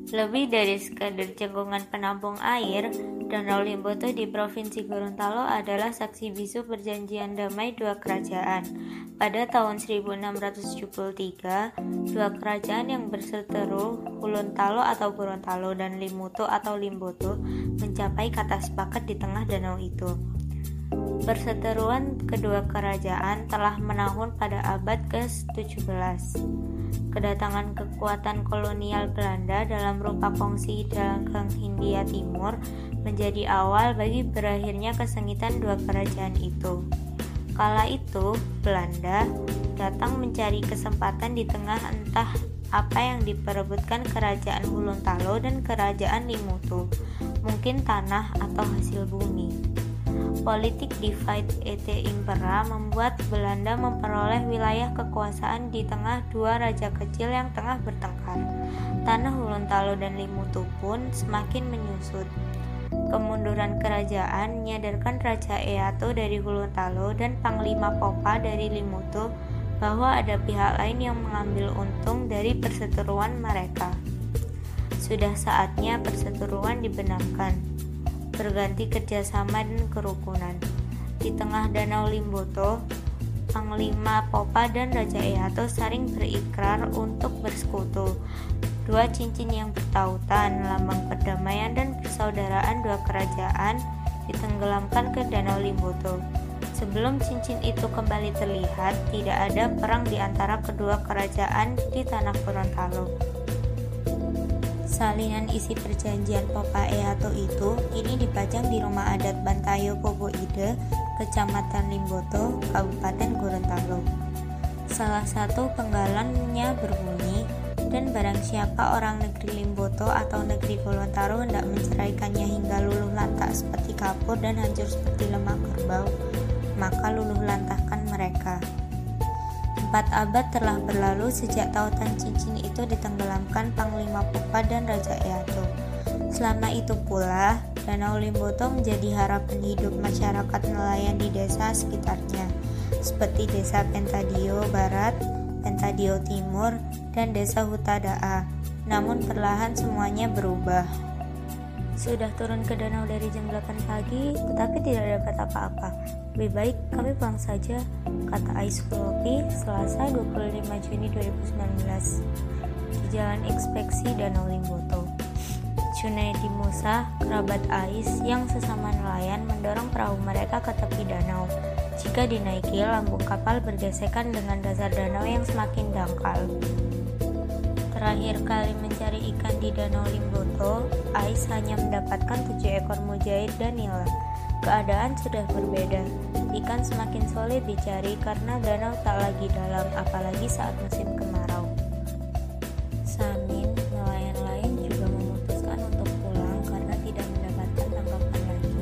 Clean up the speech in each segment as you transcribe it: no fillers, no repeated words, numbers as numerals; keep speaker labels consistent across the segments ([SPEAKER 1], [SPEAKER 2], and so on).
[SPEAKER 1] Lebih dari sekadar cekungan penampung air, Danau Limboto di Provinsi Gorontalo adalah saksi bisu perjanjian damai dua kerajaan. Pada tahun 1673, dua kerajaan yang berseteru, Gorontalo atau Gorontalo dan Limuto atau Limboto, mencapai kata sepakat di tengah danau itu. Perseteruan kedua kerajaan telah menahun pada abad ke-17. Kedatangan kekuatan kolonial Belanda dalam rupa kongsi dagang Hindia Timur menjadi awal bagi berakhirnya kesengitan dua kerajaan itu. Kala itu, Belanda datang mencari kesempatan di tengah entah apa yang diperebutkan kerajaan Gorontalo dan kerajaan Limuto, mungkin tanah atau hasil bumi. Politik divide et impera membuat Belanda memperoleh wilayah kekuasaan di tengah dua raja kecil yang tengah bertengkar. Tanah Gorontalo dan Limuto pun semakin menyusut. Kemunduran kerajaan menyadarkan Raja Eato dari Gorontalo dan Panglima Popa dari Limuto bahwa ada pihak lain yang mengambil untung dari perseteruan mereka. Sudah saatnya perseteruan dibenamkan, berganti kerjasama dan kerukunan. Di tengah Danau Limboto, Panglima Popa dan Raja Eato saling berikrar untuk bersekutu. Dua cincin yang bertautan, lambang perdamaian dan persaudaraan dua kerajaan, ditenggelamkan ke Danau Limboto. Sebelum cincin itu kembali terlihat, tidak ada perang di antara kedua kerajaan di tanah Gorontalo. Salinan isi perjanjian Popa Eato itu kini dipajang di rumah adat Bantayo Poboide, Kecamatan Limboto, Kabupaten Gorontalo. Salah satu penggalannya berbunyi, dan barang siapa orang negeri Limboto atau negeri Gorontalo hendak menceraikannya hingga luluh lantak seperti kapur dan hancur seperti lemak kerbau, maka luluh lantahkan mereka. 4 abad telah berlalu sejak tautan cincin itu ditenggelamkan Panglima Popa dan Raja Eato. Selama itu pula, Danau Limboto menjadi harapan hidup masyarakat nelayan di desa sekitarnya, seperti desa Pentadio Barat, Pentadio Timur, dan desa Hutadaa. Namun perlahan semuanya berubah. Sudah turun ke danau dari jam 8 pagi, tetapi tidak dapat apa-apa. Lebih baik kami pulang saja, kata Ais Kulopi, Selasa 25 Juni 2019, di Jalan Inspeksi Danau Limboto. Junaidi Musa, kerabat Ais yang sesama nelayan, mendorong perahu mereka ke tepi danau. Jika dinaiki, lambung kapal bergesekan dengan dasar danau yang semakin dangkal. Terakhir kali mencari ikan di Danau Limboto, Ais hanya mendapatkan 7 ekor mujair dan nila. Keadaan sudah berbeda. Ikan semakin sulit dicari karena danau tak lagi dalam, apalagi saat musim kemarau. Samin, nelayan lain juga memutuskan untuk pulang karena tidak mendapatkan tangkapan lagi.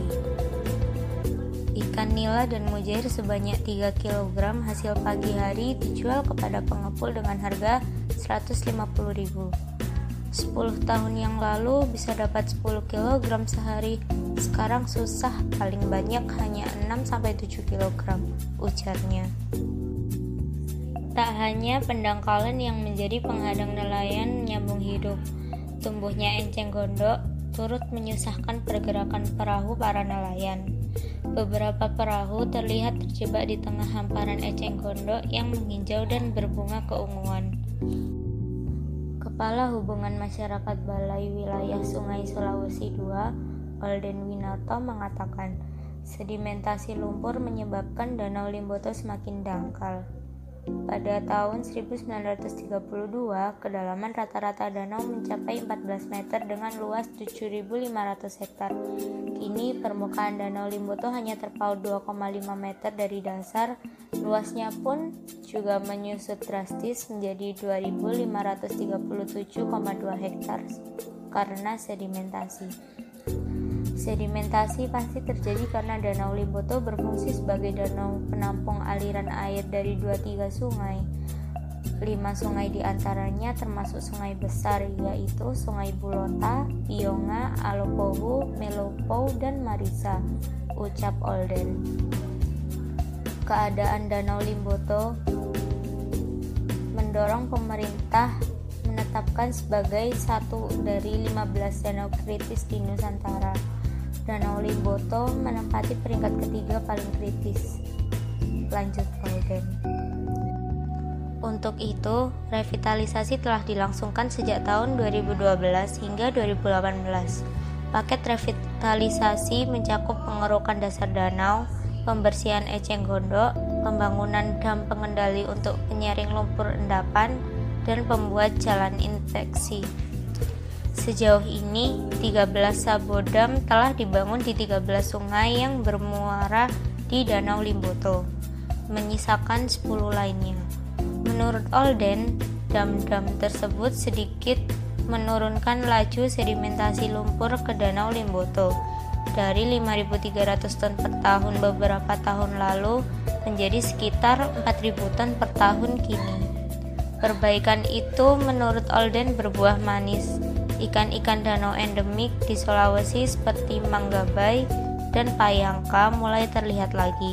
[SPEAKER 1] Ikan nila dan mujair sebanyak 3 kg hasil pagi hari dijual kepada pengepul dengan harga 150.000. 10 tahun yang lalu bisa dapat 10 kg sehari, sekarang susah, paling banyak hanya 6-7 kg, ujarnya. Tak hanya pendangkalan yang menjadi penghadang nelayan menyambung hidup, tumbuhnya enceng gondok turut menyusahkan pergerakan perahu para nelayan. Beberapa perahu terlihat terjebak di tengah hamparan eceng gondok yang menghijau dan berbunga keunguan. Kepala Hubungan Masyarakat Balai Wilayah Sungai Sulawesi II, Olden Winoto, mengatakan, sedimentasi lumpur menyebabkan Danau Limboto semakin dangkal. Pada tahun 1932, kedalaman rata-rata danau mencapai 14 meter dengan luas 7.500 hektar. Kini permukaan Danau Limboto hanya terpaut 2,5 meter dari dasar, luasnya pun juga menyusut drastis menjadi 2.537,2 hektar karena sedimentasi. Sedimentasi pasti terjadi karena Danau Limboto berfungsi sebagai danau penampung aliran air dari 2-3 sungai. 5 sungai diantaranya termasuk sungai besar, yaitu Sungai Bulota, Pionga, Alopohu, Melopo, dan Marisa, ucap Olden. Keadaan Danau Limboto mendorong pemerintah menetapkan ditetapkan sebagai satu dari 15 danau kritis di Nusantara. Danau Limboto menempati peringkat ketiga paling kritis. Lanjut Olden. Untuk itu, revitalisasi telah dilangsungkan sejak tahun 2012 hingga 2018. Paket revitalisasi mencakup pengerukan dasar danau, pembersihan eceng gondok, pembangunan dam pengendali untuk penyaring lumpur endapan, dan pembuat jalan infeksi. Sejauh ini, 13 sabodam telah dibangun di 13 sungai yang bermuara di Danau Limboto, menyisakan 10 lainnya. Menurut Olden, dam-dam tersebut sedikit menurunkan laju sedimentasi lumpur ke Danau Limboto dari 5.300 ton per tahun beberapa tahun lalu menjadi sekitar 4.000 ton per tahun kini. Perbaikan itu menurut Olden berbuah manis. Ikan-ikan danau endemik di Sulawesi seperti manggabai dan payangka mulai terlihat lagi.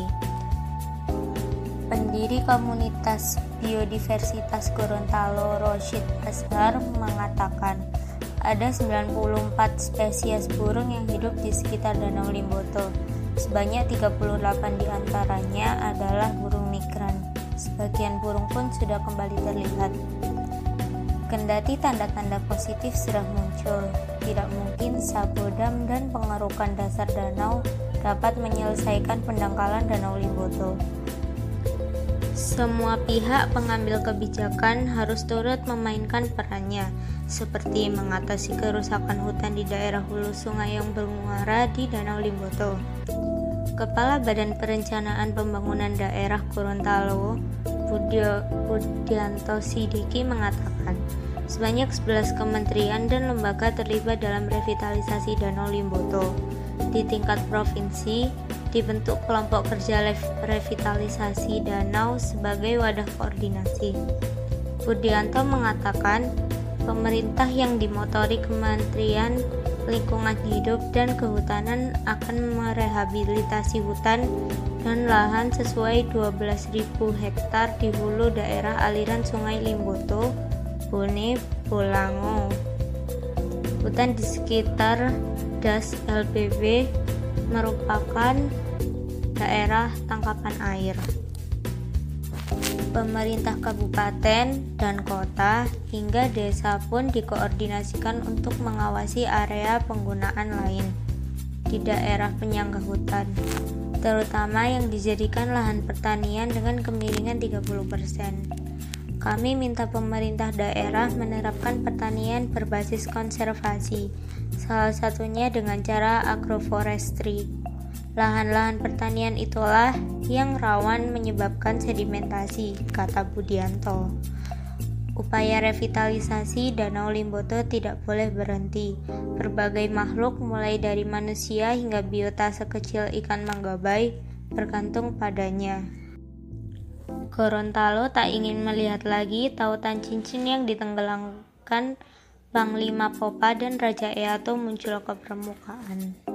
[SPEAKER 1] Pendiri komunitas biodiversitas Gorontalo, Roshid Azhar, mengatakan ada 94 spesies burung yang hidup di sekitar Danau Limboto. Sebanyak 38 diantaranya adalah burung migran. Sebagian burung pun sudah kembali terlihat. Kendati tanda-tanda positif sudah muncul, tidak mungkin sabodam dan pengerukan dasar danau dapat menyelesaikan pendangkalan Danau Limboto. Semua pihak pengambil kebijakan harus turut memainkan perannya, seperti mengatasi kerusakan hutan di daerah hulu sungai yang bermuara di Danau Limboto. Kepala Badan Perencanaan Pembangunan Daerah Gorontalo, Budianto Sidiki, mengatakan sebanyak 11 kementerian dan lembaga terlibat dalam revitalisasi Danau Limboto. Di tingkat provinsi, dibentuk kelompok kerja revitalisasi danau sebagai wadah koordinasi. Budianto mengatakan pemerintah yang dimotori Kementerian Lingkungan Hidup dan Kehutanan akan merehabilitasi hutan dan lahan sesuai 12.000 hektar di hulu daerah aliran Sungai Limboto, Bone, Bolango. Hutan di sekitar Das LBB merupakan daerah tangkapan air. Pemerintah kabupaten dan kota hingga desa pun dikoordinasikan untuk mengawasi area penggunaan lain di daerah penyangga hutan, terutama yang dijadikan lahan pertanian dengan kemiringan 30%. Kami minta pemerintah daerah menerapkan pertanian berbasis konservasi, salah satunya dengan cara agroforestry. Lahan-lahan pertanian itulah yang rawan menyebabkan sedimentasi, kata Budianto. Upaya revitalisasi Danau Limboto tidak boleh berhenti. Berbagai makhluk mulai dari manusia hingga biota sekecil ikan manggabai bergantung padanya. Gorontalo tak ingin melihat lagi tautan cincin yang ditenggelamkan Panglima Popa dan Raja Eato muncul ke permukaan.